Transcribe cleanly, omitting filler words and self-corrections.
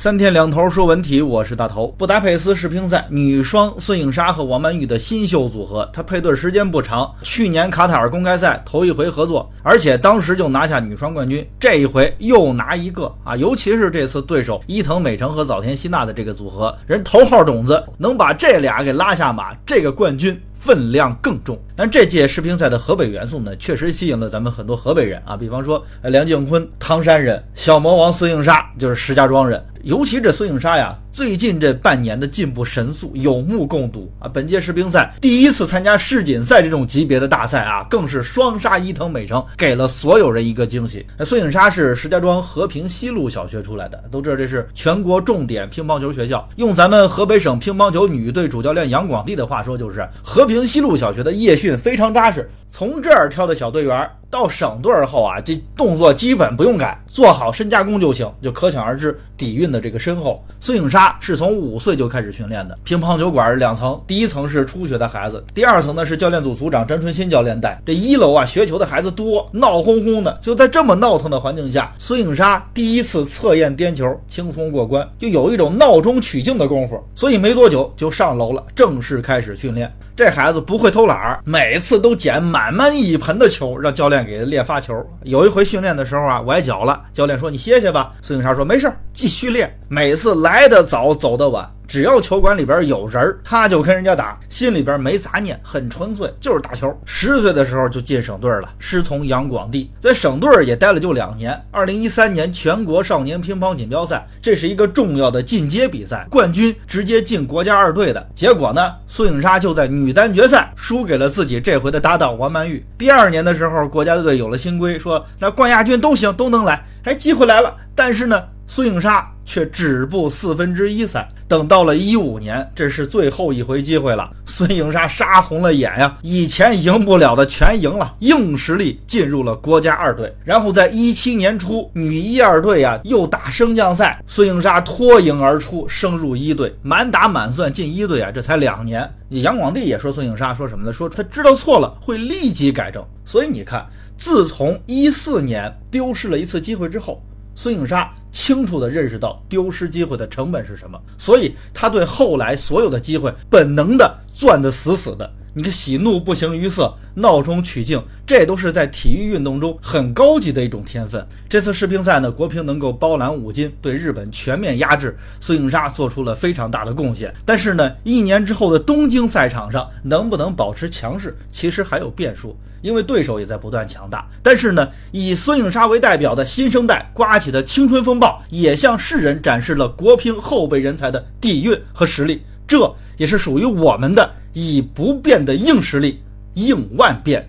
三天两头说文体，我是大头。布达佩斯世乒赛女双孙颖莎和王曼玉的新秀组合，她配对时间不长，去年卡塔尔公开赛头一回合作，而且当时就拿下女双冠军，这一回又拿一个啊！尤其是这次对手伊藤美诚和早田希娜的这个组合，人头号种子能把这俩给拉下马，这个冠军分量更重。但这届世乒赛的河北元素呢，确实吸引了咱们很多河北人啊，比方说梁靖昆唐山人，小魔王孙颖莎就是石家庄人。尤其这孙颖莎呀，最近这半年的进步神速，有目共睹啊！本届世乒赛第一次参加世锦赛这种级别的大赛啊，更是双杀伊藤美诚，给了所有人一个惊喜。孙颖莎是石家庄和平西路小学出来的，都知道这是全国重点乒乓球学校，用咱们河北省乒乓球女队主教练杨广娣的话说，就是和平西路小学的夜训非常扎实，从这儿挑的小队员到省队后啊，这动作基本不用改，做好深加工就行，就可想而知底蕴的这个深厚。孙颖莎是从5岁就开始训练的，乒乓球馆2层，第一层是初学的孩子，第2层呢是教练组组长张春新教练带。这1楼啊，学球的孩子多，闹哄哄的。就在这么闹腾的环境下，孙颖莎第一次测验颠球轻松过关，就有一种闹中取静的功夫，所以没多久就上楼了，正式开始训练。这孩子不会偷懒，每次都捡满满一盆的球，让教练给练发球。有一回训练的时候啊，崴脚了，教练说你歇歇吧，孙颖莎说没事，继续练。每次来得早走得晚，只要球馆里边有人，他就跟人家打，心里边没杂念，很纯粹，就是打球。10岁的时候就进省队了，师从杨广娣，在省队也待了就2年。2013年全国少年乒乓锦标赛，这是一个重要的进阶比赛，冠军直接进国家2队的。结果呢，孙颖莎就在女单决赛输给了自己这回的搭档王曼玉。第2年的时候，国家队有了新规，说那冠亚军都行，都能来，机会来了。但是呢，孙颖莎却止步1/4赛。等到了15年，这是最后一回机会了，孙颖莎杀红了眼呀，以前赢不了的全赢了，硬实力进入了国家2队。然后在17年初，女1、2队啊又打升降赛，孙颖莎脱颖而出，升入1队，满打满算进1队啊，这才2年。杨广娣也说孙颖莎说什么呢？说她知道错了会立即改正。所以你看，自从14年丢失了一次机会之后，孙颖莎清楚地认识到丢失机会的成本是什么，所以他对后来所有的机会本能地攥得死死的。你看，喜怒不形于色，闹中取静，这都是在体育运动中很高级的一种天分。这次世乒赛呢，国乒能够包揽5金，对日本全面压制，孙颖莎做出了非常大的贡献。但是呢，1年之后的东京赛场上能不能保持强势，其实还有变数，因为对手也在不断强大。但是呢，以孙颖莎为代表的新生代刮起的青春风暴，也向世人展示了国乒后备人才的底蕴和实力，这也是属于我们的以不变的硬实力应万变。